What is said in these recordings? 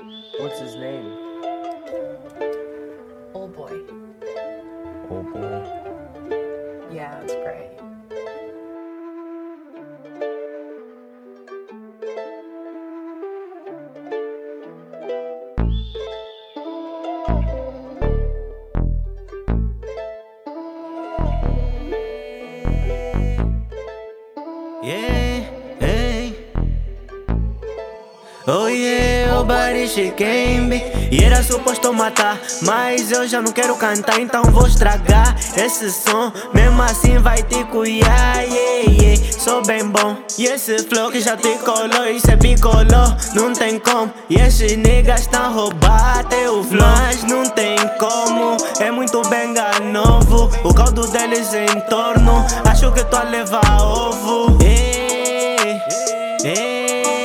What's his name? Old boy. Old boy. Yeah, it's great. Yeah, hey. Oh yeah, o body quem me. E era suposto matar, mas eu já não quero cantar, então vou estragar esse som. Mesmo assim vai te cuiar, yeah, yeah. Sou bem bom. E esse flow que já te colou, isso é bicolor, não tem como. E esses niggas tão roubar teu flow, mas não tem como. É muito benga novo, o caldo deles em torno. Acho que tô a levar ovo. Yeah, yeah.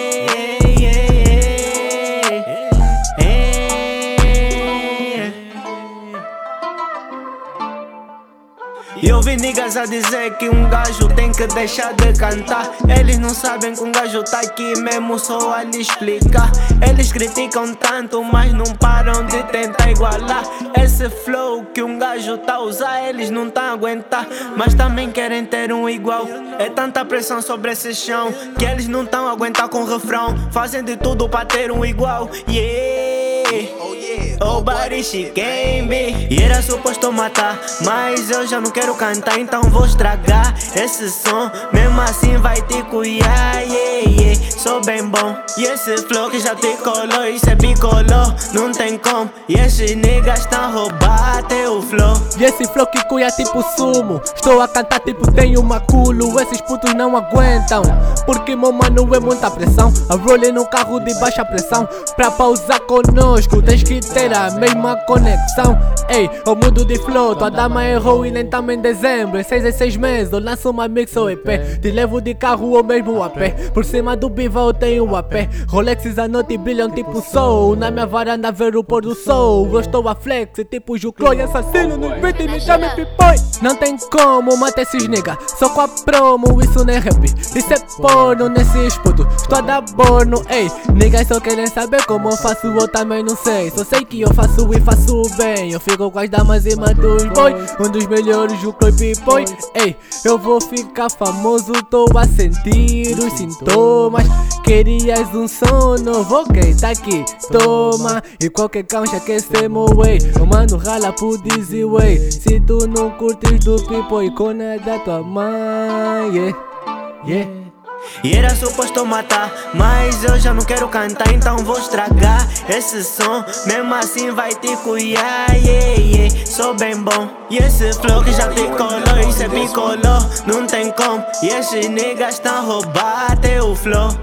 E eu vi niggas a dizer que um gajo tem que deixar de cantar. Eles não sabem que um gajo tá aqui mesmo só a lhe explicar. Eles criticam tanto, mas não param de tentar igualar. Esse flow que um gajo tá a usar, eles não tá a aguentar, mas também querem ter um igual. É tanta pressão sobre esse chão que eles não tão a aguentar com o refrão. Fazem de tudo pra ter um igual. Yeah. Oh, body quem me. E era suposto matar, mas eu já não quero cantar, então vou estragar esse som. Mesmo assim vai te cuiar, yeah, yeah. Sou bem bom. E esse flow que já te colou, isso é bicolor, não tem como. E esses niggas tão a roubar teu flow. E esse flow que cuia tipo sumo. Estou a cantar tipo tenho maculo. Esses putos não aguentam, porque meu mano é muita pressão. A rolling no carro de baixa pressão. Pra pausar conosco tens que ter a mesma conexão. Ei, o mundo de flow, tua dama errou e nem tamo em dezembro. Em 6 em 6 meses eu lanço uma mix ou EP. Te levo de carro ou mesmo a pé. Por cima do biva eu tenho a pé. Rolexes à noite brilham tipo sol. Na minha varanda a ver o pôr do sol. Eu estou a flex tipo Juclói. Assassino no beat e me chama pipoi. Não tem como matar esses nigga, só com a promo, isso nem rap. Isso é porno nesses putos, estou a dar borno. Ei, niggas só querem saber como eu faço, eu também não sei. Só sei que eu faço e faço bem. Eu fico com as damas e mato os boy. Um dos melhores, Juclói pipoi. Ei, eu vou ficar famoso, tô a sentir os sintomas. Querias um som novo, ok, tá aqui, toma. E qualquer cancha que esse meu way. Eu mando rala pro Dizzy Way. Se tu não curtes do pipoi, com nada tua mãe, yeah, yeah. E era suposto matar, mas eu já não quero cantar, então vou estragar esse som. Mesmo assim vai te cuiar, yeah, yeah. Sou bem bom. E esse flow que já te colou, isso é bicolor, não tem como. E esses niggas tão a roubar teu flow.